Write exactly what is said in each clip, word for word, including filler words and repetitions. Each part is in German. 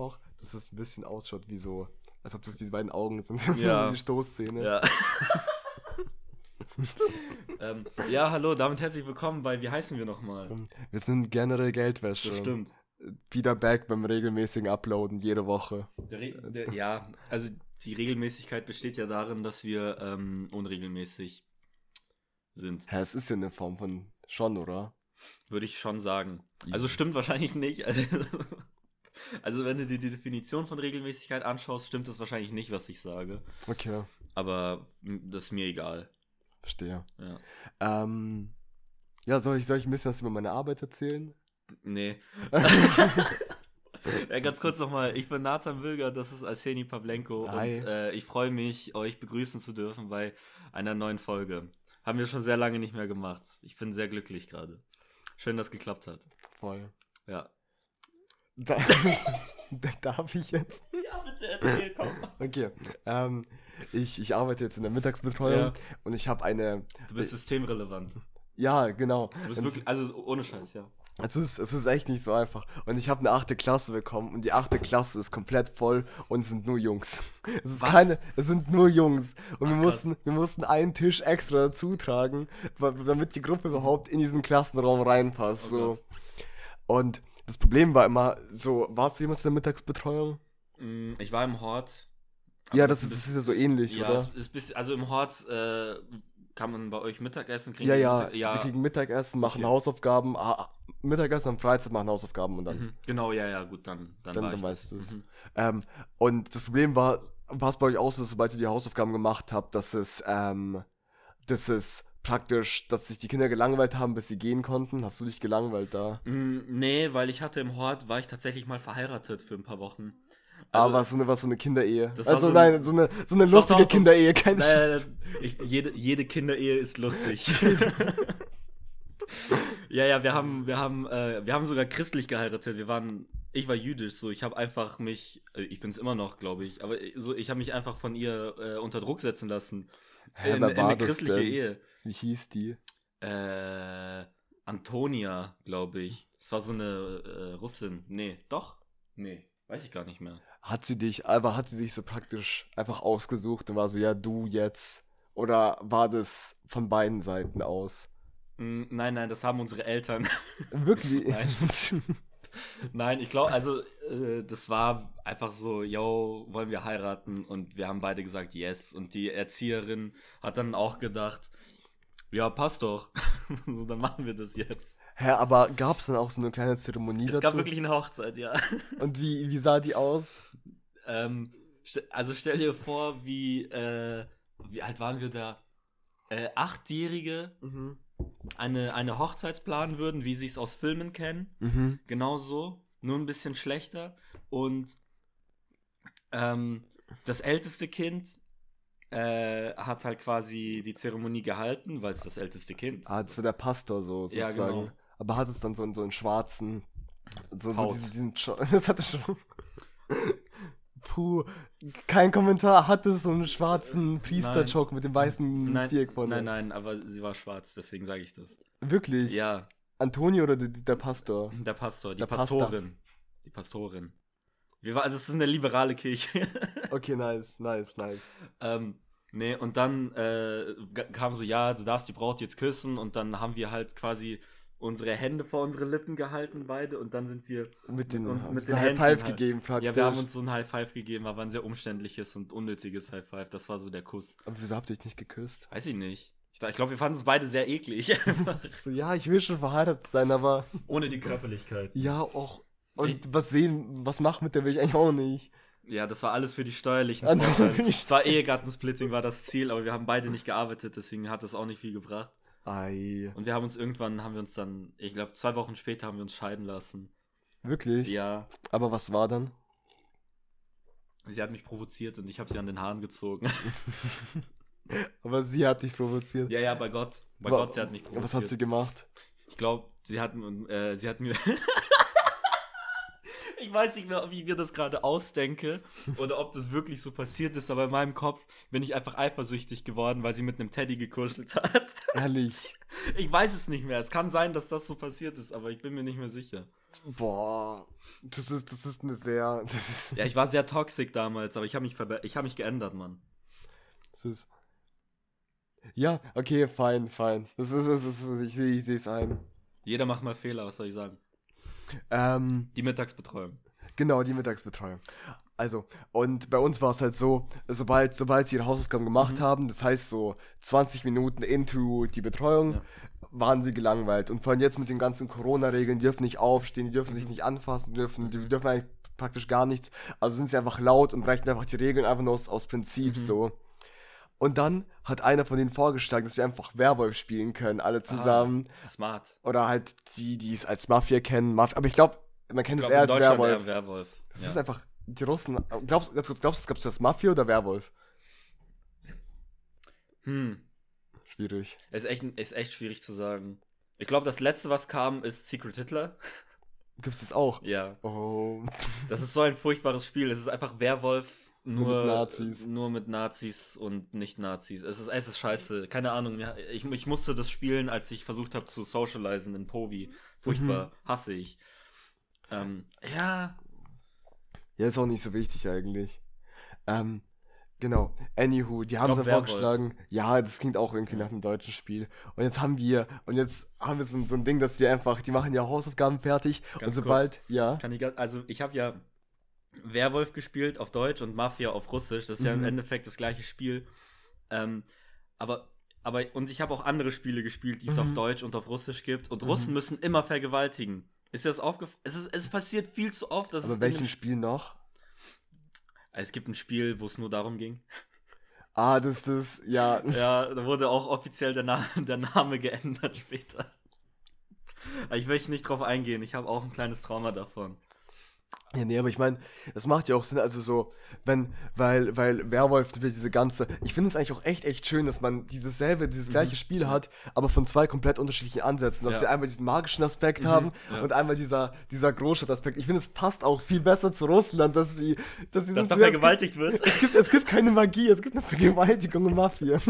auch, dass es ein bisschen ausschaut wie so, als ob das die beiden Augen sind. Ja. Die Stoßzähne. Ja. ähm, ja, hallo, damit herzlich willkommen bei, wie heißen wir nochmal? Wir sind generell Geldwäsche. Das stimmt. Wieder back beim regelmäßigen Uploaden jede Woche. Der Re- der, ja, also die Regelmäßigkeit besteht ja darin, dass wir ähm, unregelmäßig sind. Ja, es ist ja eine Form von schon, oder? Würde ich schon sagen. Also stimmt wahrscheinlich nicht. Also, also wenn du dir die Definition von Regelmäßigkeit anschaust, stimmt das wahrscheinlich nicht, was ich sage. Okay. Aber das ist mir egal. Verstehe. Ja. Ähm, ja, soll ich, soll ich ein bisschen was über meine Arbeit erzählen? Nee. Ja, ganz kurz nochmal, ich bin Nathan Wilger, das ist Arseni Pavlenko. Hi. Und äh, ich freue mich, euch begrüßen zu dürfen bei einer neuen Folge. Haben wir schon sehr lange nicht mehr gemacht. Ich bin sehr glücklich gerade. Schön, dass es geklappt hat. Voll. Ja. Da, darf ich jetzt? Ja, bitte erzähl, komm. Okay. Ähm, ich, ich arbeite jetzt in der Mittagsbetreuung Ja. und ich habe eine... Du bist systemrelevant. Ja, genau. Du bist Und wirklich, also ohne Scheiß, ja. Es ist, es ist echt nicht so einfach. Und ich habe eine achte Klasse bekommen und die achte Klasse ist komplett voll und es sind nur Jungs. Es ist Was? keine, es sind nur Jungs. Und Ach, wir krass. mussten, wir mussten einen Tisch extra dazu tragen, wa- damit die Gruppe überhaupt in diesen Klassenraum reinpasst. Oh so. Gott. Und das Problem war immer, so, warst du jemals in der Mittagsbetreuung? Mm, Ich war im Hort. Ja, Aber das ist, ein das bisschen- ist ja so ähnlich, ja, oder? es ist bisschen, also im Hort äh, kann man bei euch Mittagessen kriegen. Ja, die ja, Mittag- ja. die kriegen Mittagessen, machen Okay. Hausaufgaben, ah, Mittagessen und Freizeit machen Hausaufgaben und dann Mhm. Genau, ja, ja, gut, dann, dann, Dann, war dann ich weißt du das. es. Mhm. Ähm, und das Problem war, war es bei euch auch so, dass sobald ihr die Hausaufgaben gemacht habt, dass es, ähm, dass es praktisch, dass sich die Kinder gelangweilt haben, bis sie gehen konnten? Hast du dich gelangweilt da? Mm, Nee, weil ich hatte im Hort, war ich tatsächlich mal verheiratet für ein paar Wochen. Ah, was so eine, was so eine Kinderehe? Das war Also so ein- nein, so eine, so eine Doch, lustige doch, das- Kinderehe, keine Naja, ich, jede, jede Kinderehe ist lustig. ja, ja, wir haben, wir haben, äh, wir haben sogar christlich geheiratet. Wir waren, ich war jüdisch, so ich habe einfach mich, äh, ich bin es immer noch, glaube ich, aber so ich habe mich einfach von ihr äh, unter Druck setzen lassen Hä, in, wer in war eine das christliche denn? Ehe. Wie hieß die? Äh, Antonia, glaube ich. Das war so eine äh, Russin. Nee, doch? Nee, weiß ich gar nicht mehr. Hat sie dich, aber hat sie dich so praktisch einfach ausgesucht und war so, ja, du jetzt? Oder war das von beiden Seiten aus? Mm, Nein, nein, das haben unsere Eltern. Wirklich? Nein. Nein, ich glaube, also äh, das war einfach so, yo, wollen wir heiraten? Und wir haben beide gesagt, yes. Und die Erzieherin hat dann auch gedacht, ja, passt doch. So, dann machen wir das jetzt. Hä, aber gab es dann auch so eine kleine Zeremonie Es dazu? gab wirklich eine Hochzeit, ja. Und wie, wie sah die aus? Ähm, st- also stell dir vor, wie, äh, wie alt waren wir da? Äh, Achtjährige Mhm. eine, eine Hochzeit planen würden, wie sie es aus Filmen kennen. Mhm. Genau so, nur ein bisschen schlechter. Und ähm, das älteste Kind äh, hat halt quasi die Zeremonie gehalten, weil es das älteste Kind. Ah, das war der Pastor so, Ja, sozusagen. genau. Aber hat es dann so, in- so einen schwarzen, so, so Haut. diesen, diesen Scho- das hatte schon... Puh, kein Kommentar, hat es so einen schwarzen Priesterjoke mit dem weißen Nein, Viereck vorne. nein, nein, aber sie war schwarz, deswegen sage ich das. Wirklich? Ja, Antonio oder der, der Pastor? der Pastor, die Der Pastor. Pastorin. Die Pastorin. Wir war, also es ist eine liberale Kirche. Okay, nice, nice, nice. ähm, nee, und dann äh, g- kam so, ja, du darfst die Braut jetzt küssen und dann haben wir halt quasi unsere Hände vor unsere Lippen gehalten, beide, und dann sind wir Mit den, uns mit mit den den High Händen Five halt. gegeben praktisch. Ja, wir haben uns so ein High Five gegeben, aber ein sehr umständliches und unnötiges High Five. Das war so der Kuss. Aber wieso habt ihr euch nicht geküsst? Weiß ich nicht. Ich, ich glaube, wir fanden es beide sehr eklig. So, ja, ich will schon verheiratet sein, aber Ohne die Körperlichkeit. ja, auch. Und was sehen, was machen mit der will ich eigentlich auch nicht. Ja, das war alles für die steuerlichen Ah, dann Vorteile. bin ich- Es war Ehegattensplitting, war das Ziel, aber wir haben beide nicht gearbeitet, deswegen hat das auch nicht viel gebracht. Ei, Und wir haben uns irgendwann, haben wir uns dann, ich glaube, zwei Wochen später haben wir uns scheiden lassen. wirklich? Ja, Aber was war dann? sie hat mich provoziert und ich habe sie an den Haaren gezogen. Aber sie hat dich provoziert. ja, ja, bei Gott. Bei Wa- Gott, sie hat mich provoziert. Was hat sie gemacht? Ich glaube, sie hat, äh, sie hat mir... Ich weiß nicht mehr, wie ich mir das gerade ausdenke oder ob das wirklich so passiert ist, aber in meinem Kopf bin ich einfach eifersüchtig geworden, weil sie mit einem Teddy gekuschelt hat. Ehrlich. Ich weiß es nicht mehr. Es kann sein, dass das so passiert ist, aber ich bin mir nicht mehr sicher. Boah, das ist, das ist eine sehr, das ist, Ja, ich war sehr toxisch damals, aber ich habe mich, verbe- ich hab mich geändert, Mann. das ist, ja, okay, fein, fein. Das ist, das ist, ich sehe ich sehe es ein. Jeder macht mal Fehler, was soll ich sagen? Ähm, Die Mittagsbetreuung. genau, die Mittagsbetreuung. Also, und bei uns war es halt so, sobald, sobald sie ihre Hausaufgaben gemacht Mhm. haben, das heißt so zwanzig Minuten into die Betreuung, Ja. waren sie gelangweilt. Und vor allem jetzt mit den ganzen Corona-Regeln, die dürfen nicht aufstehen, die dürfen sich Mhm. nicht anfassen, die dürfen, die dürfen eigentlich praktisch gar nichts. Also sind sie einfach laut und brechen einfach die Regeln einfach nur aus, aus Prinzip Mhm. so. Und dann hat einer von denen vorgeschlagen, dass wir einfach Werwolf spielen können, alle zusammen. Ah, smart. Oder halt die, die es als Mafia kennen. Maf aber ich glaube, man kennt Ich es glaub, eher in als Deutschland Werwolf. eher Werwolf. Das Ja. ist einfach, die Russen, glaubst, ganz kurz, glaubst du, glaubst du das Mafia oder Werwolf? Hm. Schwierig. Ist echt, ist echt schwierig zu sagen. Ich glaube, das letzte, was kam, ist Secret Hitler. Gibt's das auch? Ja. Oh. Das ist so ein furchtbares Spiel. Es ist einfach Werwolf, nur, Nur mit Nazis. Nur mit Nazis und nicht Nazis. Es ist, es ist scheiße. Keine Ahnung. Ja, Ich, ich musste das spielen, als ich versucht habe zu socialisen in Povi. Furchtbar. Mhm. Hasse ich. Ähm, ja. Ja, ist auch nicht so wichtig eigentlich. Ähm, genau. Anywho, die haben es glaub, dann Werwolf. vorgeschlagen. Ja, das klingt auch irgendwie nach einem deutschen Spiel. Und jetzt haben wir, und jetzt haben wir so, ein- so ein Ding, dass wir einfach, die machen ja Hausaufgaben fertig. und Ganz sobald, ja. Kann ich, ga- also ich habe ja Werwolf gespielt auf Deutsch und Mafia auf Russisch. Das ist ja im Mhm. Endeffekt das gleiche Spiel. Ähm, aber, aber, und ich habe auch andere Spiele gespielt, die es auf Mhm. Deutsch und auf Russisch gibt. Und Mhm. Russen müssen immer vergewaltigen. Ist dir das aufgefallen? Es, ist, es passiert viel zu oft, dass Aber es in welchen dem Spiel noch? Es gibt ein Spiel, wo es nur darum ging. Ah, das, das, ja. Ja, da wurde auch offiziell der, Na der Name geändert später. Aber ich möchte nicht drauf eingehen, ich habe auch ein kleines Trauma davon. Ja, nee, aber ich meine, das macht ja auch Sinn, also so, wenn, weil, weil Werwolf diese ganze, ich finde es eigentlich auch echt, echt schön, dass man dieses selbe, dieses gleiche Spiel hat, aber von zwei komplett unterschiedlichen Ansätzen, dass Ja. wir einmal diesen magischen Aspekt Mhm, haben ja. und einmal dieser, dieser Großstadtaspekt. Ich finde, es passt auch viel besser zu Russland, dass die, dass die Dass so da vergewaltigt wird. Es gibt, es gibt keine Magie, es gibt eine Vergewaltigung und Mafia.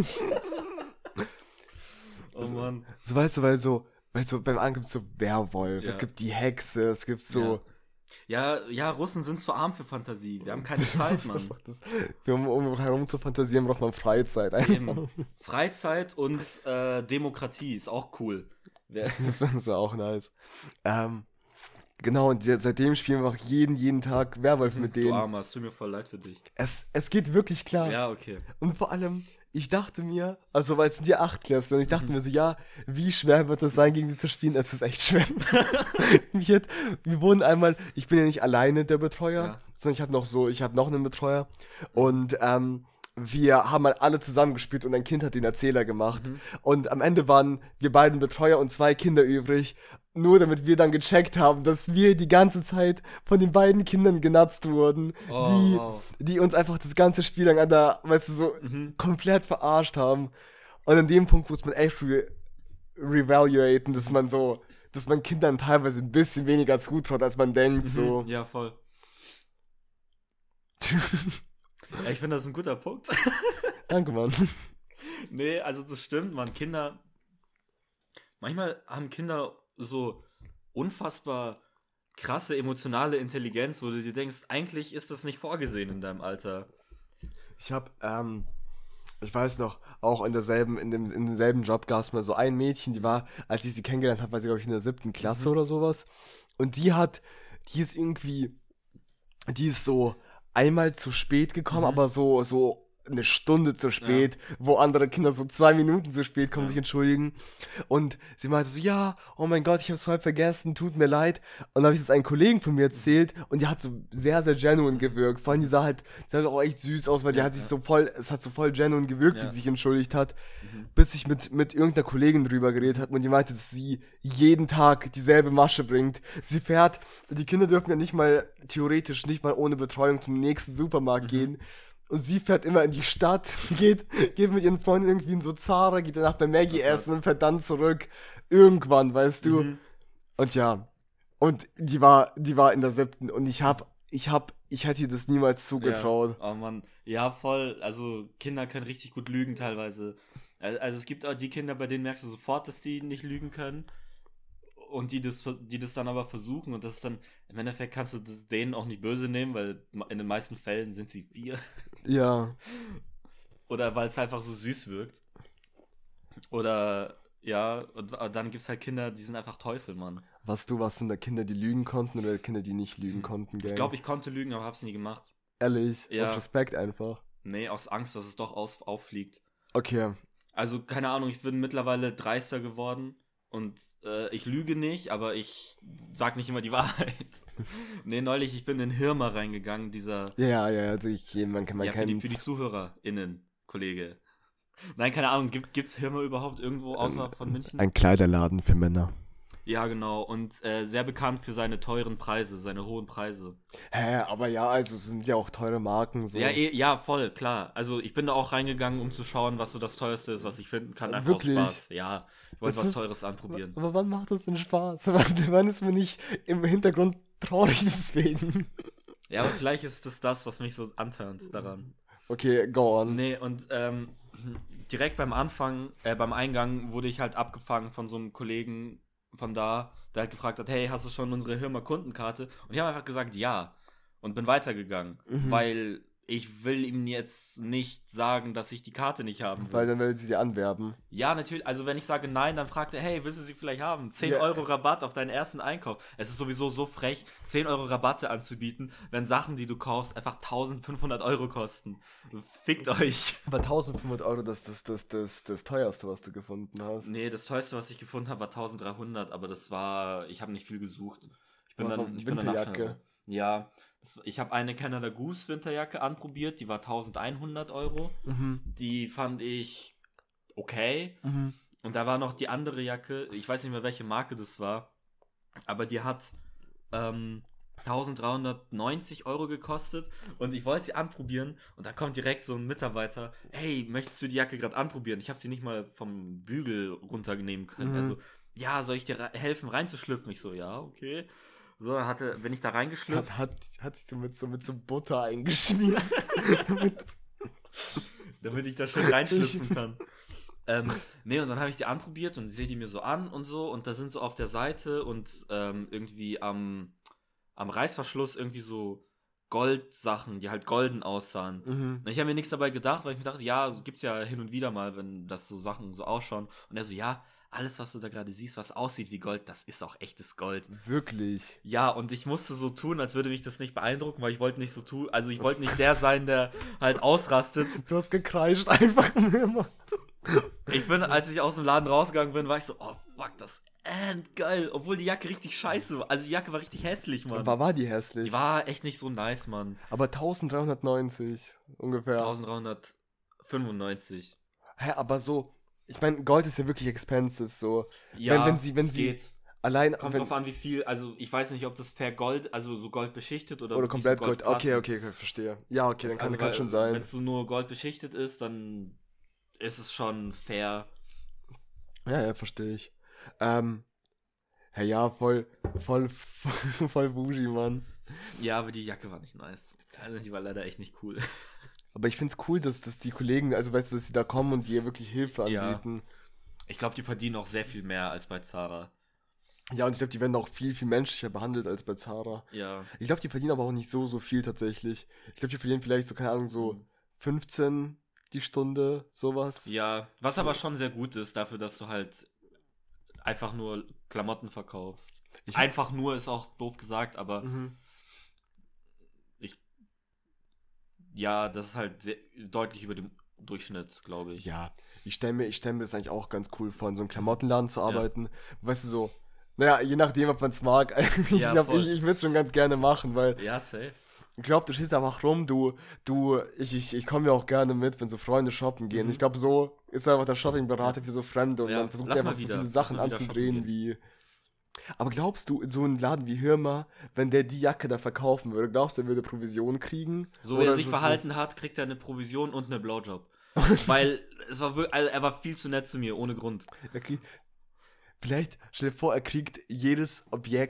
Oh Mann. So, weißt du, weil so, weil so, beim anderen gibt es so Werwolf, Ja. es gibt die Hexe, es gibt so... Ja, ja, Russen sind zu arm für Fantasie. Wir haben keine Zeit, Mann. Einfach das, wir, um, um herum zu fantasieren, braucht man Freizeit einfach. Eben. Freizeit und äh, Demokratie ist auch cool. Wer- Das wäre so auch nice. Ähm, genau, und die, seitdem spielen wir auch jeden, jeden Tag Werwolf mit Du denen. Armer, es tut mir voll leid für dich. Es, es geht wirklich klar. Ja, okay. Und vor allem, ich dachte mir, also weil es sind ja acht Klassen, und ich Mhm. dachte mir so, ja, wie schwer wird es sein, gegen sie zu spielen? Es ist echt schwer. wir, wir wurden einmal, ich bin ja nicht alleine der Betreuer, Ja. sondern ich habe noch so, ich habe noch einen Betreuer und ähm, wir haben halt alle zusammen gespielt und ein Kind hat den Erzähler gemacht. Mhm. Und am Ende waren wir beiden Betreuer und zwei Kinder übrig, nur damit wir dann gecheckt haben, dass wir die ganze Zeit von den beiden Kindern genatzt wurden, Oh, die, wow. die uns einfach das ganze Spiel lang an der, weißt du, so Mhm. komplett verarscht haben. Und an dem Punkt muss man echt re revaluaten, dass man so, dass man Kindern teilweise ein bisschen weniger zutraut, als man denkt, so. Mhm. Ja, voll. Ja, ich finde, das ist ein guter Punkt. Danke, Mann. Nee, also das stimmt, man. Kinder. Manchmal haben Kinder so unfassbar krasse emotionale Intelligenz, wo du dir denkst, eigentlich ist das nicht vorgesehen in deinem Alter. Ich hab, ähm, ich weiß noch, auch in derselben, in dem, in demselben Job gab es mal so ein Mädchen, die war, als ich sie kennengelernt habe, war sie, glaube ich, in der siebten Klasse Mhm. oder sowas. Und die hat, die ist irgendwie, die ist so einmal zu spät gekommen, Mhm. aber so, so eine Stunde zu spät, wo andere Kinder so zwei Minuten zu spät kommen, Ja. sich entschuldigen. Und sie meinte so, ja, oh mein Gott, ich hab's voll vergessen, tut mir leid. Und dann habe ich das einem Kollegen von mir erzählt und die hat so sehr, sehr genuine gewirkt. Vor allem, die sah halt, die sah auch echt süß aus, weil die Ja, hat sich ja. so voll, es hat so voll genuine gewirkt, wie Ja. sie sich entschuldigt hat. Mhm. Bis ich mit, mit irgendeiner Kollegin drüber geredet habe und die meinte, dass sie jeden Tag dieselbe Masche bringt. Sie fährt, die Kinder dürfen ja nicht mal, theoretisch nicht mal ohne Betreuung zum nächsten Supermarkt Mhm. gehen. Und sie fährt immer in die Stadt, geht, geht mit ihren Freunden irgendwie in so Zara, geht danach bei Maggie Ach, was? essen und fährt dann zurück. Irgendwann, weißt du. Mhm. Und ja, Und die war, die war in der siebten und ich hab, ich hab, ich hätte ihr das niemals zugetraut. Ja, oh Mann. Ja, voll. Also Kinder können richtig gut lügen teilweise. Al- Also es gibt auch die Kinder, bei denen merkst du sofort, dass die nicht lügen können. Und die das, ver- die das dann aber versuchen. Und das ist dann, im Endeffekt kannst du das denen auch nicht böse nehmen, weil in den meisten Fällen sind sie vier. Ja. Oder weil es einfach so süß wirkt. Oder ja, und dann gibt es halt Kinder, die sind einfach Teufel, Mann. Warst du, warst du in der Kinder, die lügen konnten oder Kinder, die nicht lügen konnten, gell? Ich glaube, ich konnte lügen, aber hab's nie gemacht. Ehrlich, Ja. aus Respekt einfach. Nee, aus Angst, dass es doch aus, auffliegt. Okay. Also, keine Ahnung, ich bin mittlerweile dreister geworden und äh, ich lüge nicht, aber ich sag nicht immer die Wahrheit. Nee, neulich, ich bin in Hirma reingegangen, dieser... Ja, ja, also ich, man, kann- man ja, für die, kennt's. für die ZuhörerInnen, Kollege. Nein, keine Ahnung, gibt, gibt's Hirma überhaupt irgendwo außerhalb von München? Ein Kleiderladen für Männer. Ja, genau. Und äh, sehr bekannt für seine teuren Preise, seine hohen Preise. Hä, aber ja, also es sind ja auch teure Marken so. Ja, eh, ja, voll, klar. Also ich bin da auch reingegangen, um zu schauen, was so das teuerste ist, was ich finden kann. Einfach Wirklich? aus Spaß. Ja, ich wollte Das was ist- Teures anprobieren. Aber wann macht das denn Spaß? Wann, wann ist man nicht im Hintergrund traurig deswegen? Ja, aber vielleicht ist das das, was mich so antörnt daran. Okay, go on. Nee, und ähm, direkt beim Anfang, äh, beim Eingang wurde ich halt abgefangen von so einem Kollegen von da, der halt gefragt hat, hey, hast du schon unsere Hirma-Kundenkarte? Und ich habe einfach gesagt, ja. Und bin weitergegangen, Mhm. weil ich will ihm jetzt nicht sagen, dass ich die Karte nicht haben will. Weil dann will sie dir anwerben. Ja, natürlich. Also wenn ich sage nein, dann fragt er, hey, willst du sie vielleicht haben? zehn Ja. Euro Rabatt auf deinen ersten Einkauf. Es ist sowieso so frech, zehn Euro Rabatte anzubieten, wenn Sachen, die du kaufst, einfach eintausendfünfhundert Euro kosten. Fickt euch. Aber eintausendfünfhundert Euro, das das, das, das das teuerste, was du gefunden hast. Nee, das teuerste, was ich gefunden habe, war eintausenddreihundert, aber das war, ich habe nicht viel gesucht. Ich bin War dann, von ich bin danach Winterjacke. schnell- Ja, das, ich habe eine Canada Goose Winterjacke anprobiert, die war eintausendeinhundert Euro. Mhm. Die fand ich okay. Mhm. Und da war noch die andere Jacke, ich weiß nicht mehr, welche Marke das war, aber die hat ähm, eintausenddreihundertneunzig Euro gekostet und ich wollte sie anprobieren und da kommt direkt so ein Mitarbeiter, hey, möchtest du die Jacke gerade anprobieren? Ich habe sie nicht mal vom Bügel runternehmen können. Mhm. Also, ja, soll ich dir re- helfen reinzuschlüpfen? Ich so, ja, okay. So, dann hatte, bin ich da reingeschlüpft. Hat, hat, hat sich so mit, so mit so Butter eingeschmiert. Damit, damit ich da schön reinschlüpfen kann. ähm, nee, und dann habe ich die anprobiert und sehe die mir so an und so und da sind so auf der Seite und ähm, irgendwie am, am Reißverschluss irgendwie so Goldsachen, die halt golden aussahen. mhm. Und ich habe mir nichts dabei gedacht, weil ich mir dachte, ja, es gibt's ja hin und wieder mal, wenn das so Sachen so ausschauen. Und er so, ja, alles, was du da gerade siehst, was aussieht wie Gold, das ist auch echtes Gold. Wirklich. Ja, und ich musste so tun, als würde mich das nicht beeindrucken, weil ich wollte nicht so tun, also ich wollte nicht der sein, der halt ausrastet. Du hast gekreischt einfach immer. Ich bin, als ich aus dem Laden rausgegangen bin, war ich so, oh fuck, das ist endgeil. Obwohl die Jacke richtig scheiße war. Also die Jacke war richtig hässlich, Mann. War, war die hässlich. Die war echt nicht so nice, Mann. Aber eintausenddreihundertneunzig ungefähr. eintausenddreihundertfünfundneunzig. Hä, aber so, ich meine, Gold ist ja wirklich expensive, so. Ja, wenn, wenn sie, wenn es sie geht. allein, Kommt wenn, drauf an, wie viel, also ich weiß nicht, ob das fair Gold, also so Gold beschichtet oder, oder wirklich komplett so Gold. Goldplatten. Okay, okay, okay, verstehe. Ja, okay, dann kann, Also, kann weil, schon sein. Wenn es so nur Gold beschichtet ist, dann ist es schon fair. Ja, ja, verstehe ich. Ähm, ja, ja, voll, voll, voll bougie, Mann. Ja, aber die Jacke war nicht nice. Also die war leider echt nicht cool. Aber ich find's cool, dass, dass die Kollegen, also weißt du, dass sie da kommen und dir wirklich Hilfe Ja. anbieten. Ich glaube, die verdienen auch sehr viel mehr als bei Zara. Ja, und ich glaube, die werden auch viel, viel menschlicher behandelt als bei Zara. Ja. Ich glaube, die verdienen aber auch nicht so, so viel tatsächlich. Ich glaube, die verdienen vielleicht so, keine Ahnung, so fünfzehn die Stunde, sowas. Ja, was aber schon sehr gut ist, dafür, dass du halt einfach nur Klamotten verkaufst. Ich hab- Einfach nur ist auch doof gesagt, aber Mhm. ja, das ist halt sehr, deutlich über dem Durchschnitt, glaube ich. Ja, ich stelle mir, ich stell mir das eigentlich auch ganz cool vor, in so einem Klamottenladen zu arbeiten. Weißt du, so, naja, je nachdem, ob man es mag. ich Ja, glaube, voll. ich, ich würde es schon ganz gerne machen, weil Ja, safe. ich glaube, du stehst einfach rum, du, du, ich, ich, ich komme ja auch gerne mit, wenn so Freunde shoppen gehen. Mhm. Ich glaube, so ist einfach der Shoppingberater für so Fremde und Ja, man versucht lass einfach mal so wieder, viele lass Sachen mal wieder anzudrehen shoppen wie. Aber glaubst du, so ein Laden wie Hirma, wenn der die Jacke da verkaufen würde, glaubst du, er würde Provision kriegen? So wie Oder er ist sich es verhalten hat, kriegt er eine Provision und eine Blowjob. Weil es war wirklich, also er war viel zu nett zu mir, ohne Grund. nicht? Er kriegt, vielleicht, stell dir vor, er kriegt jedes Objekt,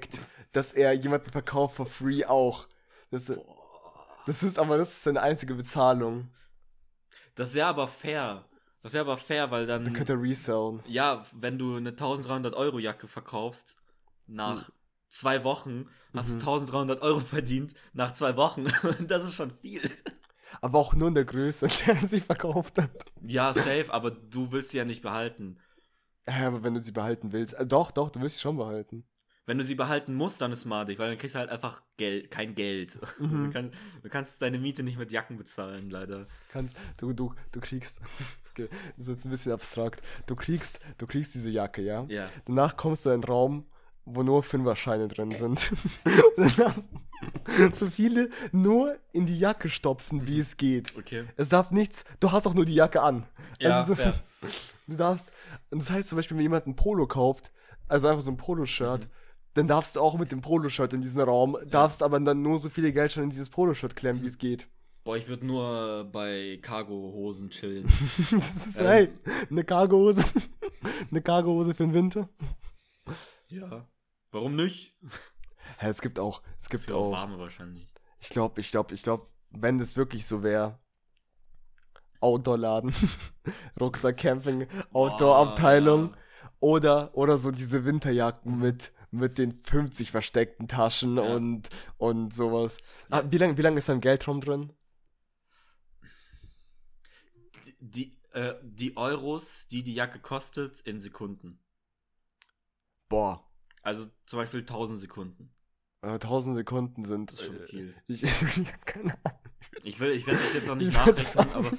dass er jemanden verkauft for free auch. Das, das ist aber, das ist seine einzige Bezahlung. Das wäre aber fair. Das wäre aber fair, weil dann... Dann könnte er resellen. Ja, wenn du eine dreizehnhundert Euro Jacke verkaufst, nach mhm. zwei Wochen hast mhm. du dreizehnhundert Euro verdient, nach zwei Wochen. Das ist schon viel. Aber auch nur in der Größe, in der er sie verkauft hat. Ja, safe, aber du willst sie ja nicht behalten. Ja, aber wenn du sie behalten willst... Äh, doch, doch, du willst sie schon behalten. Wenn du sie behalten musst, dann ist madig, weil dann kriegst du halt einfach Geld, kein Geld. Mhm. Du, kann, du kannst deine Miete nicht mit Jacken bezahlen, leider. Kannst, du, du, du kriegst... Okay, das ist jetzt ein bisschen abstrakt. Du kriegst, du kriegst diese Jacke, ja? Ja. Danach kommst du in einen Raum, wo nur Fünferscheine drin sind. Und dann darfst du so viele nur in die Jacke stopfen, wie es geht. Okay. Es darf nichts, du hast auch nur die Jacke an. Ja, also so, ja. Du darfst, und das heißt zum Beispiel, wenn jemand ein Polo kauft, also einfach so ein Polo-Shirt, mhm. dann darfst du auch mit dem Poloshirt in diesen Raum, ja. darfst aber dann nur so viele Geld schon in dieses Poloshirt klemmen, mhm. wie es geht. Boah, ich würde nur bei Cargo-Hosen chillen. Das ist, ähm, hey, eine Cargo-Hose. Eine Cargo-Hose für den Winter. Ja, warum nicht? Ja, es gibt auch, es gibt ist ja auch. Warme wahrscheinlich. Ich glaube, ich glaube, ich glaube, wenn das wirklich so wäre, Outdoor-Laden, Rucksack-Camping, Outdoor-Abteilung oder, oder so diese Winterjacken mit, mit den fünfzig versteckten Taschen ja. und, und sowas. Ah, wie lange wie lang ist da ein Geldraum drin? Die, äh, die Euros, die die Jacke kostet, in Sekunden. Boah. Also zum Beispiel tausend Sekunden. Äh, tausend Sekunden sind... Das ist schon viel. Ich, ich, ich hab keine Ahnung. Ich, will, ich werde das jetzt noch nicht nachrechnen, aber...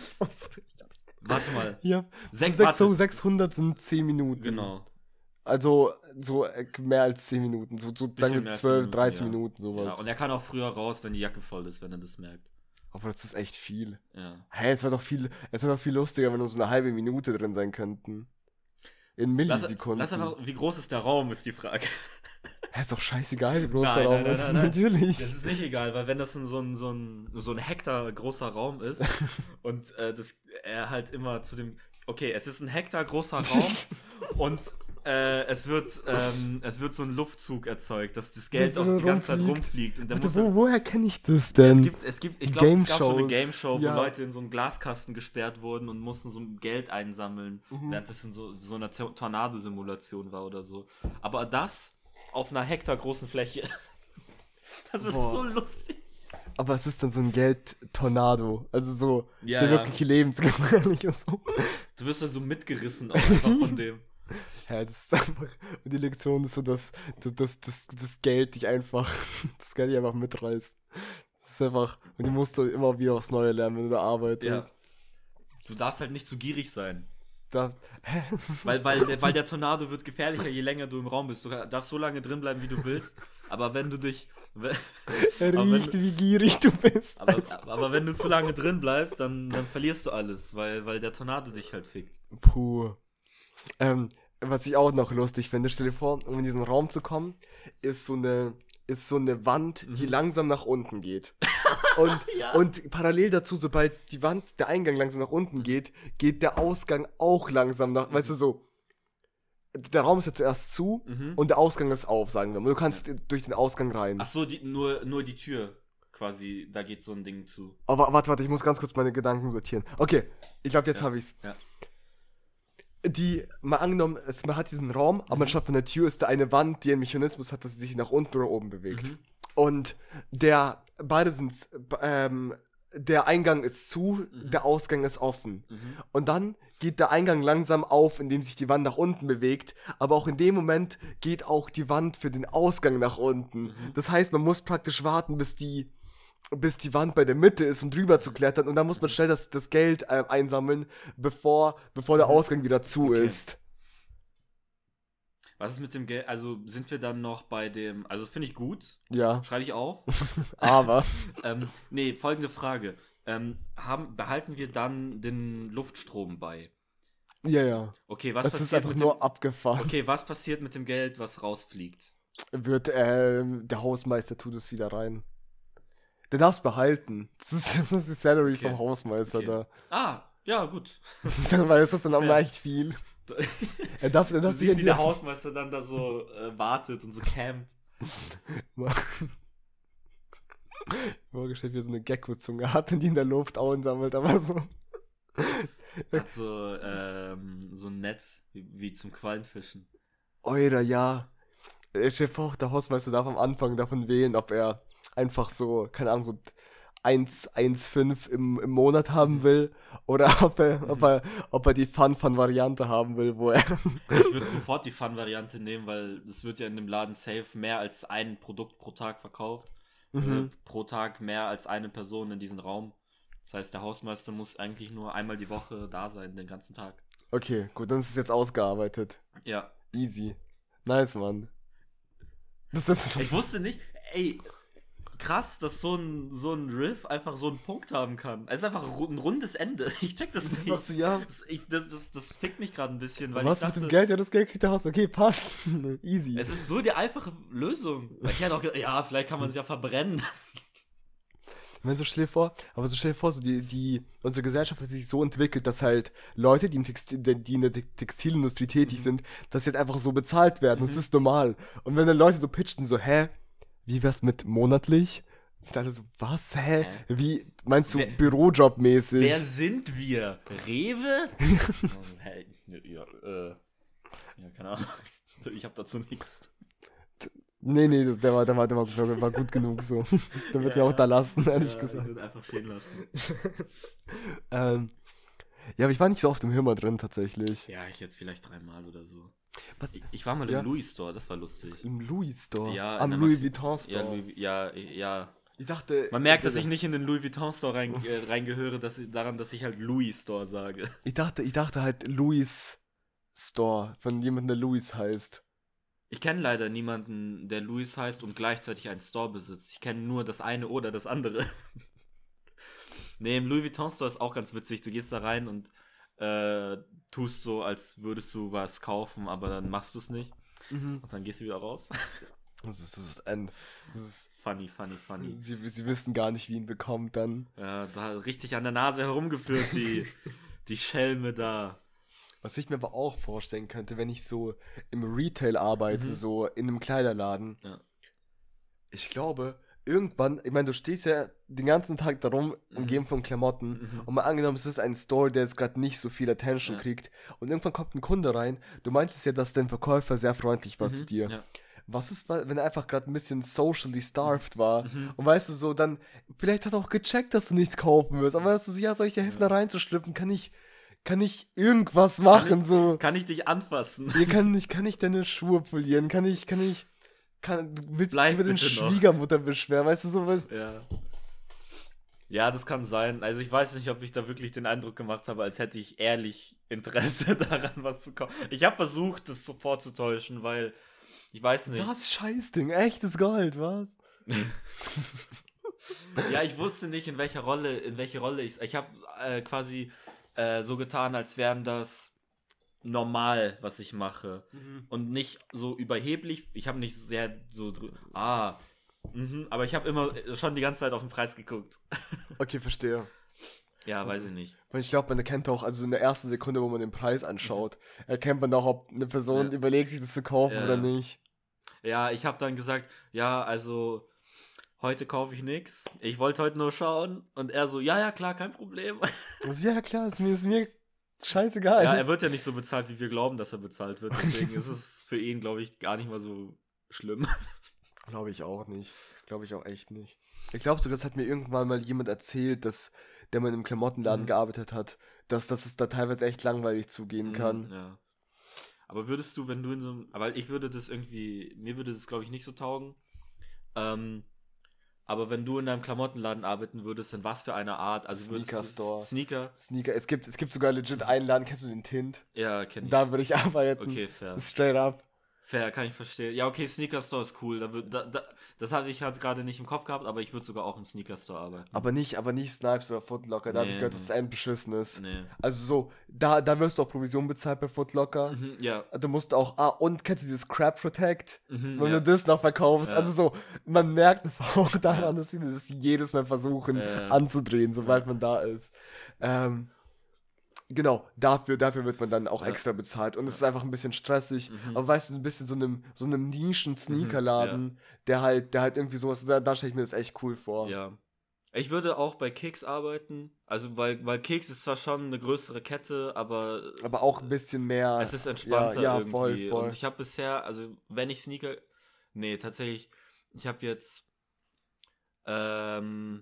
Warte mal. Ja, Sech, sechs, so sechshundert sind zehn Minuten. Genau. Also so mehr als zehn Minuten. So, so sagen wir zwölf, dreizehn ja. Minuten, sowas. Ja, und er kann auch früher raus, wenn die Jacke voll ist, wenn er das merkt. Aber das ist echt viel. Ja. Hey, es wäre doch viel, es wäre doch viel lustiger, wenn nur so eine halbe Minute drin sein könnten. In Millisekunden. Lass, lass einfach, wie groß ist der Raum, ist die Frage. Hä, ist doch scheißegal, wie groß nein, der Raum nein, nein, ist. Nein, nein. Natürlich. Das ist nicht egal, weil wenn das in so ein, so ein, so ein Hektar großer Raum ist und äh, das, er halt immer zu dem, okay, es ist ein Hektar großer Raum und äh, es wird ähm, es wird so ein Luftzug erzeugt, dass das Geld auch die ganze Zeit rumfliegt. Und der Warte, muss wo, woher kenne ich das denn? Es gibt, es gibt ich glaube, es gab so eine Game-Show, wo ja. Leute in so einen Glaskasten gesperrt wurden und mussten so Geld einsammeln, mhm. während das in so, so einer Tornado-Simulation war oder so. Aber das auf einer Hektar großen Fläche, das ist Boah. so lustig. Aber es ist dann so ein Geld-Tornado, also so ja, der ja. wirklich lebensgefährlich ist. So. Du wirst dann so mitgerissen auch einfach von dem. Ja, das ist einfach, und die Lektion ist so, dass das, das, das Geld dich einfach, das Geld dich einfach mitreißt. Das ist einfach, und du musst immer wieder aufs Neue lernen, wenn du da arbeitest. Ja. Du darfst halt nicht zu gierig sein. Da, weil, weil, der, weil der Tornado wird gefährlicher, je länger du im Raum bist. Du darfst so lange drin bleiben, wie du willst, aber wenn du dich... Wenn, er riecht, wenn, wie gierig du bist. Aber, aber wenn du zu lange drin bleibst, dann, dann verlierst du alles, weil, weil der Tornado dich halt fickt. Puh. Ähm, was ich auch noch lustig finde, stell dir vor, um in diesen Raum zu kommen, ist so eine, ist so eine Wand, die mhm. langsam nach unten geht. Und, ja. und parallel dazu, sobald die Wand, der Eingang langsam nach unten geht, geht der Ausgang auch langsam nach, mhm. weißt du, so, der Raum ist ja zuerst zu mhm. und der Ausgang ist auf, sagen wir mal. Du kannst ja. durch den Ausgang rein. Ach so, die, nur, nur die Tür quasi, da geht so ein Ding zu. Aber warte, warte, ich muss ganz kurz meine Gedanken sortieren. Okay, ich glaube, jetzt ja. habe ich's. Ja. Die, mal angenommen, es, man hat diesen Raum, aber mhm. anstatt von der Tür ist da eine Wand, die einen Mechanismus hat, dass sie sich nach unten oder oben bewegt. Mhm. Und der, beide sind, ähm, der Eingang ist zu, mhm. der Ausgang ist offen. Mhm. Und dann geht der Eingang langsam auf, indem sich die Wand nach unten bewegt, aber auch in dem Moment geht auch die Wand für den Ausgang nach unten. Mhm. Das heißt, man muss praktisch warten, bis die bis die Wand bei der Mitte ist, um drüber zu klettern, und dann muss man schnell das, das Geld äh, einsammeln, bevor, bevor der Ausgang wieder zu okay. ist. Was ist mit dem Geld? Also sind wir dann noch bei dem, also das finde ich gut. Ja. Schreibe ich auf. Aber. ähm, nee, folgende Frage. Ähm, haben, behalten wir dann den Luftstrom bei? Ja, ja. Okay, was das passiert ist einfach mit nur dem, abgefahren. Okay, was passiert mit dem Geld, was rausfliegt? Wird, ähm, der Hausmeister tut es wieder rein. Der darf's behalten. Das ist, das ist die Salary okay. vom Hausmeister okay. da. Ah, ja, gut. Weil es ist dann auch ja. echt viel. Er darf, er darf du siehst, wie der Hausmeister dann da so äh, wartet und so campt. Vorgestellt, wie er so eine Gecko-Zunge hat und die in der Luft Auen sammelt, aber so. Hat so, ähm, so ein Netz, wie, wie zum Quallenfischen. Oder ja. Ich stell dir vor, der Hausmeister darf am Anfang davon wählen, ob er einfach so, keine Ahnung, so eins Komma fünfzehn im, im Monat haben will oder ob er, mhm. ob er, ob er die Fun-Fun-Variante haben will, wo er... Ich würde sofort die Fun-Variante nehmen, weil es wird ja in dem Laden safe mehr als ein Produkt pro Tag verkauft. Mhm. Pro Tag mehr als eine Person in diesem Raum. Das heißt, der Hausmeister muss eigentlich nur einmal die Woche da sein, den ganzen Tag. Okay, gut, dann ist es jetzt ausgearbeitet. Ja. Easy. Nice, Mann. Das ist ich wusste nicht, ey, krass, dass so ein, so ein Riff einfach so einen Punkt haben kann. Es ist einfach ein rundes Ende. Ich check das nicht. Machst du, ja. Das, ich, das, das, das fickt mich gerade ein bisschen. Weil was ich dachte, mit dem Geld? Ja, das Geld kriegt der Haus. Okay, passt. Easy. Es ist so die einfache Lösung. Ich hätte auch gedacht, ja, vielleicht kann man es ja verbrennen. Wenn so stell dir vor, aber so stell dir vor, so die, die, unsere Gesellschaft hat sich so entwickelt, dass halt Leute, die, im Textil, die in der Textilindustrie tätig mhm. sind, dass sie halt einfach so bezahlt werden. Mhm. Und das ist normal. Und wenn dann Leute so pitchen, so, hä, wie wär's mit monatlich? Sind alle so, was, hä? hä? Wie, meinst du, wer, Bürojobmäßig? Wer sind wir? Rewe? Hä? Ja, äh, ja, keine Ahnung. Ich hab dazu nichts. Nee, nee, der war, der war, der war, der war gut genug so. Der wird ja, ja auch da lassen, ehrlich ja, gesagt. Ich würde einfach stehen lassen. ähm, ja, aber ich war nicht so oft im Hörmer drin, tatsächlich. Ja, ich jetzt vielleicht dreimal oder so. Was? Ich, ich war mal ja. im Louis Store, das war lustig. Im Louis Store? Ja. Am Louis Vuitton Store? Ja, Louis, ja, ja. Ich dachte... Man merkt, dass ich nicht in den Louis Vuitton Store rein, äh, reingehöre, dass ich, daran, dass ich halt Louis Store sage. Ich dachte, ich dachte halt Louis Store, von jemandem, der Louis heißt. Ich kenne leider niemanden, der Louis heißt und gleichzeitig einen Store besitzt. Ich kenne nur das eine oder das andere. Nee, im Louis Vuitton Store ist auch ganz witzig. Du gehst da rein und äh, tust so, als würdest du was kaufen, aber dann machst du es nicht. Mhm. Und dann gehst du wieder raus. Das ist, das ist ein... Das ist funny, funny, funny. Sie, sie wissen gar nicht, wie ihn bekommt dann. Ja, da richtig an der Nase herumgeführt, die, die Schelme da. Was ich mir aber auch vorstellen könnte, wenn ich so im Retail arbeite, mhm. so in einem Kleiderladen. Ja. Ich glaube, irgendwann, ich meine, du stehst ja den ganzen Tag darum, mhm. umgeben von Klamotten. Mhm. Und mal angenommen, es ist ein Store, der jetzt gerade nicht so viel Attention ja. kriegt. Und irgendwann kommt ein Kunde rein. Du meintest ja, dass dein Verkäufer sehr freundlich war mhm. zu dir. Ja. Was ist, wenn er einfach gerade ein bisschen socially starved war? Mhm. Und weißt du, so dann, vielleicht hat er auch gecheckt, dass du nichts kaufen wirst. Aber weißt du, so, ja, soll ich dir helfen, ja. da reinzuschlüpfen? Kann ich... Kann ich irgendwas machen, kann ich, so? Kann ich dich anfassen? Hier kann ich, kann ich deine Schuhe polieren? Kann ich, kann ich, kann, du willst Bleib dich über den Schwiegermutter beschweren, weißt du, sowas? Ja. Ja, das kann sein. Also ich weiß nicht, ob ich da wirklich den Eindruck gemacht habe, als hätte ich ehrlich Interesse daran, was zu kaufen. Ich habe versucht, das so vorzutäuschen, weil, ich weiß nicht. Das Scheißding, echtes Gold, was? Ja, ich wusste nicht, in welcher Rolle, in welche Rolle ich, ich habe äh, quasi so getan, als wären das normal, was ich mache. Mhm. Und nicht so überheblich. Ich habe nicht sehr so drü- ah, mhm, aber ich habe immer schon die ganze Zeit auf den Preis geguckt. Okay, verstehe. Ja, weiß ich nicht. Und ich glaube, man erkennt auch, also in der ersten Sekunde, wo man den Preis anschaut, mhm. erkennt man auch, ob eine Person ja. überlegt, sich das zu kaufen ja. oder nicht. Ja, ich habe dann gesagt, ja, also heute kaufe ich nichts. Ich wollte heute nur schauen. Und er so, ja, ja, klar, kein Problem. Also, ja, klar, ist mir, ist mir scheißegal. Ja, er wird ja nicht so bezahlt, wie wir glauben, dass er bezahlt wird. Deswegen ist es für ihn, glaube ich, gar nicht mal so schlimm. Glaube ich auch nicht. Glaube ich auch echt nicht. Ich glaube sogar, das hat mir irgendwann mal jemand erzählt, dass der mal in einem Klamottenladen mhm. gearbeitet hat, dass, dass es da teilweise echt langweilig zugehen mhm, kann. Ja. Aber würdest du, wenn du in so einem... Aber ich würde das irgendwie... Mir würde das, glaube ich, nicht so taugen. Ähm... Aber wenn du in einem Klamottenladen arbeiten würdest, in was für eine Art? Also Sneaker Store. Sneaker? Sneaker. Es gibt, es gibt sogar legit einen Laden, kennst du den Tint? Ja, kenn ich. Da würde ich arbeiten. Okay, fair. Straight up. Fair, kann ich verstehen. Ja, okay, Sneaker Store ist cool. Da würd, da, da, das hatte ich halt gerade nicht im Kopf gehabt, aber ich würde sogar auch im Sneaker Store arbeiten. Aber nicht, aber nicht Snipes oder Footlocker. Da nee, habe ich gehört, dass es ein beschissenes. Nee. Also so, da, da wirst du auch Provision bezahlt bei Footlocker. Mhm, ja. Du musst auch, ah, und kennst du dieses Crab Protect? Mhm, wenn ja. du das noch verkaufst. Ja. Also so, man merkt es auch daran, dass sie das jedes Mal versuchen ja. anzudrehen, sobald ja. man da ist. Ähm, Genau, dafür, dafür wird man dann auch Ja. extra bezahlt. Und es ist einfach ein bisschen stressig. Mhm. Aber weißt du, ein bisschen so einem, so einem Nischen-Sneakerladen, Mhm, der halt, der halt irgendwie sowas, da, da stelle ich mir das echt cool vor. Ja. Ich würde auch bei Keks arbeiten, also weil, weil Keks ist zwar schon eine größere Kette, aber Aber auch ein bisschen mehr. es ist entspannter ja, ja, irgendwie. voll, voll. Und ich habe bisher, also wenn ich Sneaker, nee, tatsächlich, ich habe jetzt, ähm,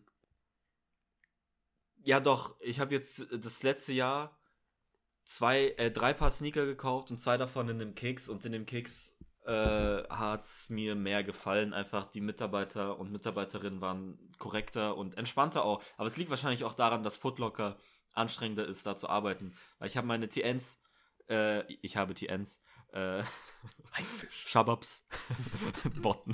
ja doch, ich habe jetzt das letzte Jahr zwei, äh, drei Paar Sneaker gekauft und zwei davon in dem Keks und in dem Keks äh, hat es mir mehr gefallen. Einfach die Mitarbeiter und Mitarbeiterinnen waren korrekter und entspannter auch. Aber es liegt wahrscheinlich auch daran, dass Foot Locker anstrengender ist, da zu arbeiten. Weil ich habe meine T Ns, äh, ich habe T Ns, äh, Shababs, Botten.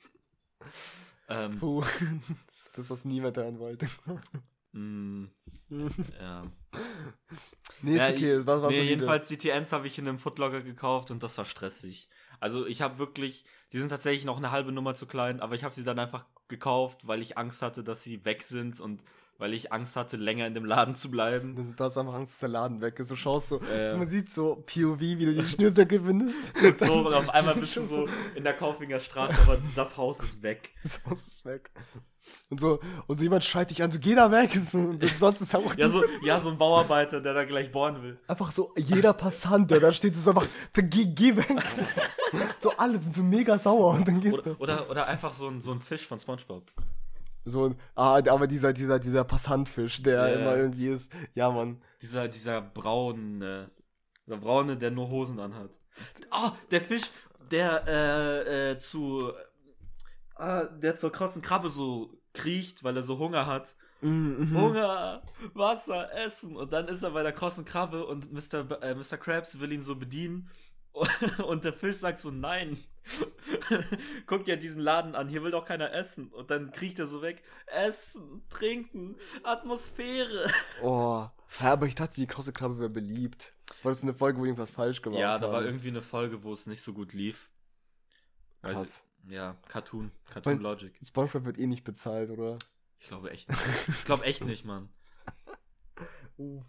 ähm, Puh, das, was niemand hören wollte. mh, ja. Nee, ist Ja, okay, was war nee, so jedenfalls die T Ns habe ich in einem Footlocker gekauft und das war stressig. Also ich habe wirklich, die sind tatsächlich noch eine halbe Nummer zu klein, aber ich habe sie dann einfach gekauft, weil ich Angst hatte, dass sie weg sind und weil ich Angst hatte, länger in dem Laden zu bleiben. Du hast einfach Angst, dass der Laden weg ist. Du schaust so, Äh. man sieht so P O V, wie du die Schnürsenkel findest. So, und auf einmal bist du so in der Kaufinger Straße, aber das Haus ist weg. Das Haus ist weg. Und so, und so jemand schreit dich an, so geh da weg. So, und sonst ist auch Ja so, ja, so ein Bauarbeiter, der da gleich bohren will. einfach so jeder Passant, der da steht, ist einfach, geh, geh weg. So alle sind so mega sauer und dann gehst du. Oder, oder, oder einfach so ein, so ein Fisch von SpongeBob. So ein, ah, aber dieser, dieser, dieser Passantfisch, der Ja, immer ja. irgendwie ist. Ja, Mann. Dieser, dieser braune, der braune, der nur Hosen anhat. Oh, der Fisch, der äh, äh, zu, äh, der zur krossen Krabbe so kriecht, weil er so Hunger hat. Mhm, mhm. Hunger, Wasser, Essen. Und dann ist er bei der krossen Krabbe und Mister B- äh, Mister Krabs will ihn so bedienen. Und der Fisch sagt so, nein. Guckt ja diesen Laden an, hier will doch keiner essen. Und dann kriecht er so weg. Essen, trinken, Atmosphäre. Oh. Ja, aber ich dachte, die krosse Krabbe wäre beliebt. War das eine Folge, wo irgendwas falsch gemacht Ja, haben? da war irgendwie eine Folge, wo es nicht so gut lief. Weil- Krass. Ja, Cartoon, Cartoon Weil- Logic. SpongeBob wird eh nicht bezahlt, oder? Ich glaube echt nicht. Ich glaube echt nicht, Mann. Uh.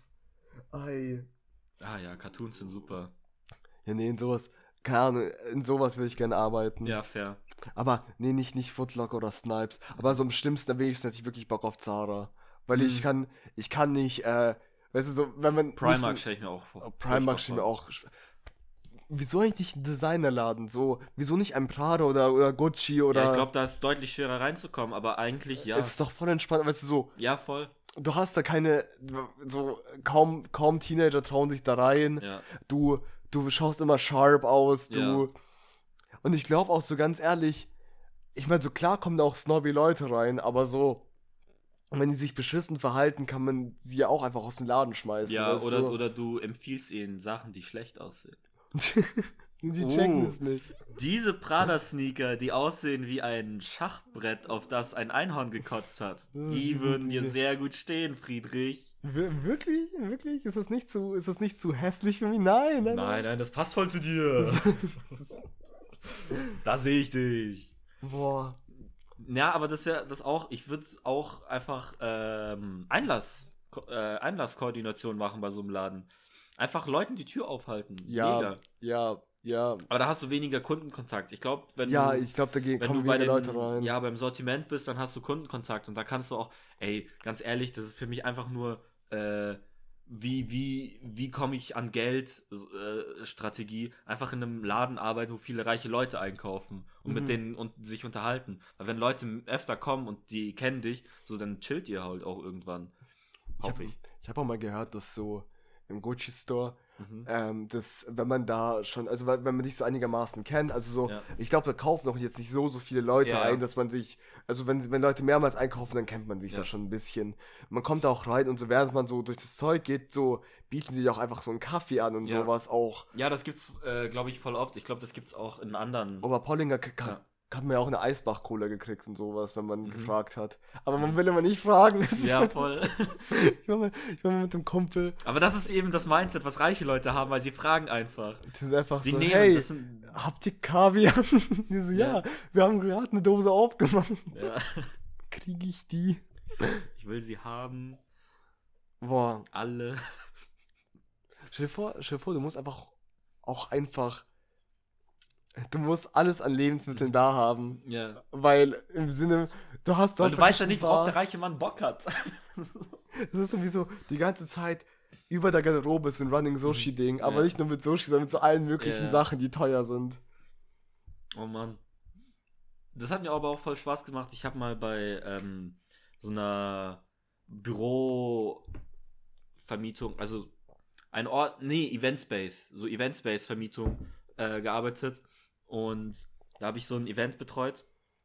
Ei. Ah ja, Cartoons sind super. Ja, nee, in sowas, keine Ahnung, in sowas will ich gerne arbeiten. Ja, fair. Aber, nee, nicht, nicht Footlocker oder Snipes. Aber so am schlimmsten, da wenigstens hätte ich wirklich Bock auf Zara. Weil ich Mhm. kann, ich kann nicht, äh, weißt du, so, wenn man. Primark nicht stelle ich mir auch vor. so, Primark steht mir auch. Wieso eigentlich nicht ein Designerladen? So, wieso nicht ein Prada oder, oder Gucci oder. Ja, ich glaube, da ist deutlich schwerer reinzukommen, aber eigentlich ja. Es ist doch voll entspannt, weißt du, so. Ja, voll. Du hast da keine, so, kaum, kaum Teenager trauen sich da rein. Ja. Du, du schaust immer sharp aus, du. Ja. Und ich glaube auch so ganz ehrlich, ich meine, so klar kommen da auch snobby Leute rein, aber so, wenn die sich beschissen verhalten, kann man sie ja auch einfach aus dem Laden schmeißen. Ja, weißt oder, du? oder du empfiehlst ihnen Sachen, die schlecht aussehen. Die checken Uh. es nicht. Diese Prada-Sneaker, die aussehen wie ein Schachbrett, auf das ein Einhorn gekotzt hat, Die die sind- würden dir die- sehr gut stehen, Friedrich. Wir- Wirklich? Wirklich? Ist das nicht zu, ist das nicht zu hässlich für mich? Nein, nein, Nein, nein, das passt voll zu dir. Das ist, Da sehe ich dich. boah. Ja, aber das wäre das auch, ich würde auch einfach ähm, Einlass, Ko- äh, Einlasskoordination machen bei so einem Laden. Einfach Leuten die Tür aufhalten. Ja, Mega. ja, ja. Aber da hast du weniger Kundenkontakt. Ich glaube, wenn Ja, du, ich glaube, da gehen, wenn kommen du bei weniger den, Leute rein. ja, beim Sortiment bist, dann hast du Kundenkontakt und da kannst du auch, ey, ganz ehrlich, das ist für mich einfach nur, äh, wie, wie, wie komme ich an Geld, äh, Strategie, einfach in einem Laden arbeiten, wo viele reiche Leute einkaufen und Mhm. mit denen und sich unterhalten. Weil wenn Leute öfter kommen und die kennen dich, so dann chillt ihr halt auch irgendwann. Ich Hoffe habe ich. ich hab auch mal gehört, dass so im Gucci Store, Mhm. ähm, dass, wenn man da schon, also weil- wenn man dich so einigermaßen kennt, also so, Ja. ich glaube, da kaufen auch jetzt nicht so, so viele Leute Ja, ja. ein, dass man sich, also wenn, wenn Leute mehrmals einkaufen, dann kennt man sich Ja. da schon ein bisschen. Man kommt da auch rein und so, während man so durch das Zeug geht, so bieten sie dir auch einfach so einen Kaffee an und Ja. sowas auch. Ja, das gibt's, äh, glaube ich, voll oft. Ich glaube, das gibt's auch in anderen. Aber Pollinger k- k- Ja. hat man ja auch eine Eisbach-Cola gekriegt und sowas, wenn man Mhm. gefragt hat. Aber man will immer nicht fragen. Das ist Ja, halt voll. so. Ich war, mal, ich war mal mit dem Kumpel, Aber das ist eben das Mindset, was reiche Leute haben, weil sie fragen einfach. die sind einfach Sie so, nehmen, hey, das sind, habt ihr Kaviar? Die so, ja, Ja. wir haben gerade eine Dose aufgemacht. ja. Kriege ich die? Ich will sie haben, Boah, alle. stell dir vor, stell dir vor, du musst einfach auch einfach, du musst alles an Lebensmitteln da haben. Ja. Weil im Sinne, du hast... Du, Weil hast du weißt ja praktisch nicht, ein worauf Bar- der reiche Mann Bock hat. Das ist irgendwie so, die ganze Zeit über der Garderobe ist ein Running Sushi-Ding, aber Ja. nicht nur mit Sushi, sondern mit so allen möglichen Ja. Sachen, die teuer sind. Oh Mann. Das hat mir aber auch voll Spaß gemacht. Ich habe mal bei ähm, so einer Bürovermietung, also ein Ort, nee, Eventspace, so Eventspace-Vermietung äh, gearbeitet und da habe ich so ein Event betreut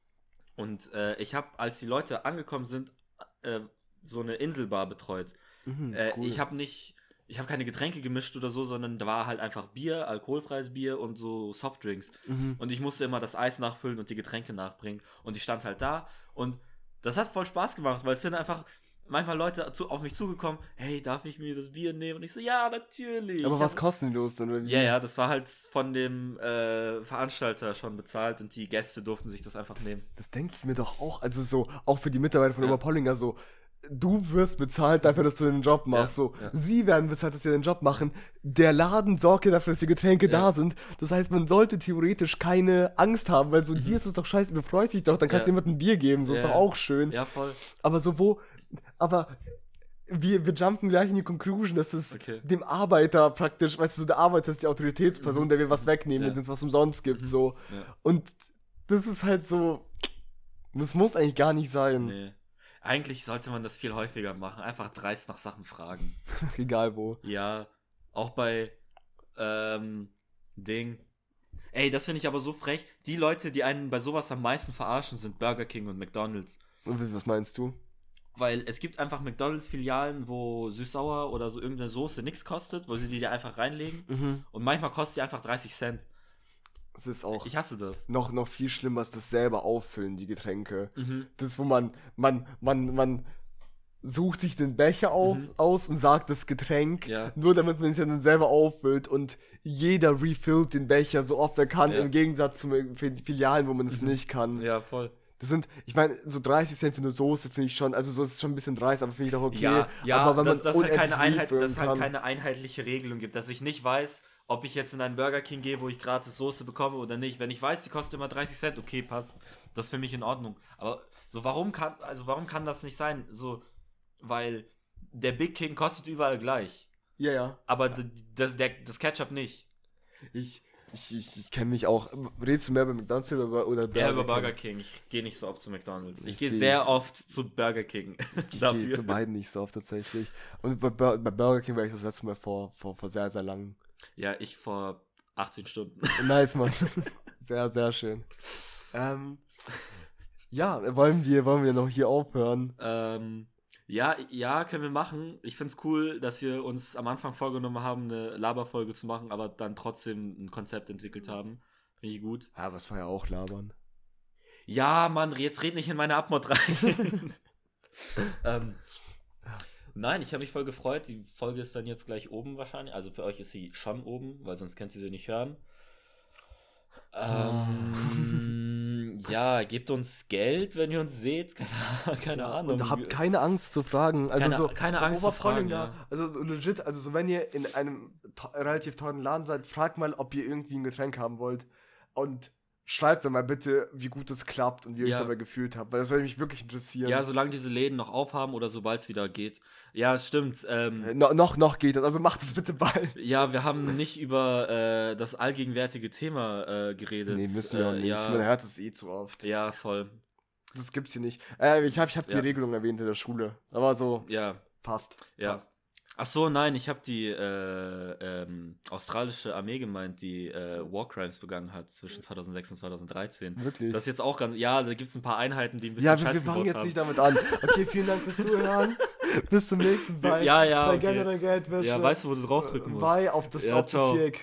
und äh, ich habe, als die Leute angekommen sind, äh, so eine Inselbar betreut. Mhm, Äh, cool. Ich habe nicht, ich habe keine Getränke gemischt oder so, sondern da war halt einfach Bier, alkoholfreies Bier und so Softdrinks. Mhm. Und ich musste immer das Eis nachfüllen und die Getränke nachbringen. Und ich stand halt da und das hat voll Spaß gemacht, weil es sind einfach manchmal Leute zu, auf mich zugekommen, hey, darf ich mir das Bier nehmen? Und ich so, ja, natürlich. Aber Ich was hab- kostenlos dann, oder wie? Ja, ja, das war halt von dem äh, Veranstalter schon bezahlt und die Gäste durften sich das einfach nehmen. Das denke ich mir doch auch, also so, auch für die Mitarbeiter von Ja. Oberpollinger so, du wirst bezahlt dafür, dass du den Job machst, Ja, so, ja. sie werden bezahlt, dass sie den Job machen, der Laden sorgt ja dafür, dass die Getränke Ja. da sind, das heißt, man sollte theoretisch keine Angst haben, weil so, dir ist es doch scheiße, du freust dich doch, dann kannst du Mhm. Ja. jemandem ein Bier geben, so ist Ja. doch auch schön, Ja, voll. aber so wo, aber wir, wir jumpen gleich in die Conclusion, dass es Okay. dem Arbeiter praktisch, weißt du, so der Arbeiter ist die Autoritätsperson, der will was wegnehmen, Ja. wenn es was umsonst gibt, so, Ja. und das ist halt so, das muss eigentlich gar nicht sein. Nee. Eigentlich sollte man das viel häufiger machen. Einfach dreist nach Sachen fragen. Egal wo. Ja, auch bei ähm, Ding. Ey, das finde ich aber so frech. Die Leute, die einen bei sowas am meisten verarschen, sind Burger King und McDonald's. Und was meinst du? Weil es gibt einfach McDonald's-Filialen, wo süß-sauer oder so irgendeine Soße nichts kostet, wo sie die dir einfach reinlegen. Mhm. Und manchmal kostet die einfach dreißig Cent. Es ist auch Ich hasse das. noch, noch viel schlimmer, ist das selber auffüllen, die Getränke. Mhm. Das, wo man, man, man, man sucht sich den Becher auf, Mhm. aus und sagt das Getränk, Ja. nur damit man es ja dann selber auffüllt und jeder refillt den Becher so oft er kann, Ja. im Gegensatz zu Fi- Filialen, wo man es Mhm. nicht kann. Ja, voll. Das sind, ich meine, so dreißig Cent für eine Soße finde ich schon, also so ist es schon ein bisschen dreist, aber finde ich doch okay. Ja, ja, aber wenn dass man das halt keine unendlich Einheit, refillen dass halt kann- keine einheitliche Regelung gibt, dass ich nicht weiß, ob ich jetzt in einen Burger King gehe, wo ich gratis Soße bekomme oder nicht. Wenn ich weiß, die kostet immer dreißig Cent, okay, passt. Das ist für mich in Ordnung. Aber so, warum kann, also warum kann das nicht sein? So, weil der Big King kostet überall gleich. Ja, ja. Aber d- das, der, das Ketchup nicht. Ich, ich, ich, ich kenne mich auch. Redest du mehr bei McDonald's oder, oder Eher über King? Burger King. Ich gehe nicht so oft zu McDonalds. Ich, Ich gehe geh- sehr oft zu Burger King. Ich gehe zu beiden nicht so oft tatsächlich. Und bei, Bur bei Burger King war ich das letzte Mal vor, vor, vor sehr, sehr lang. Ja, ich vor achtzehn Stunden. Nice, Mann. Sehr, sehr schön. Ähm, ja, wollen wir, wollen wir noch hier aufhören? Ähm, ja, ja, können wir machen. Ich finde es cool, dass wir uns am Anfang vorgenommen haben, eine Laberfolge zu machen, aber dann trotzdem ein Konzept entwickelt haben. Finde ich gut. Ja, was war ja auch labern. Ja, Mann, jetzt red nicht in meine Abmod rein. ähm, nein, ich habe mich voll gefreut. Die Folge ist dann jetzt gleich oben wahrscheinlich. Also für euch ist sie schon oben, weil sonst könnt ihr sie nicht hören. Ähm, ja, gebt uns Geld, wenn ihr uns seht. Keine, keine Ja, Ahnung. und habt keine Angst zu fragen. Also Keine- so, keine beim Angst zu fragen, Oberpollinger, ja. Also so legit, also so wenn ihr in einem to- relativ teuren Laden seid, fragt mal, ob ihr irgendwie ein Getränk haben wollt. Und schreibt dann mal bitte, wie gut es klappt und wie ihr Ja. euch dabei gefühlt habt. Weil das würde mich wirklich interessieren. Ja, solange diese Läden noch aufhaben oder sobald es wieder geht. Ja, es stimmt. Ähm, Äh, no, noch, noch geht das, also macht es bitte bald. ja, wir haben nicht über äh, das allgegenwärtige Thema äh, geredet. Nee, müssen wir auch äh, nicht. Ja, Man hört es eh zu oft. ja, voll. Das gibt's hier nicht. Äh, ich habe ich hab die Ja. Regelung erwähnt in der Schule. Aber so, Ja, passt. ja. Passt. Ach so, nein, ich habe die äh, ähm, australische Armee gemeint, die äh, War Crimes begangen hat zwischen zweitausendsechs und zweitausenddreizehn. Wirklich. Das ist jetzt auch ganz, ja, da gibt es ein paar Einheiten, die ein bisschen Ja, wir, Scheiße wir fangen gebaut jetzt haben. nicht damit an. Okay, vielen Dank fürs Zuhören. Bis zum nächsten Mal. Ja, ja, Bei okay. generell Geldwäsche. Ja, weißt du, wo du draufdrücken musst? Bei auf das, Ja, auf das ciao. Viereck.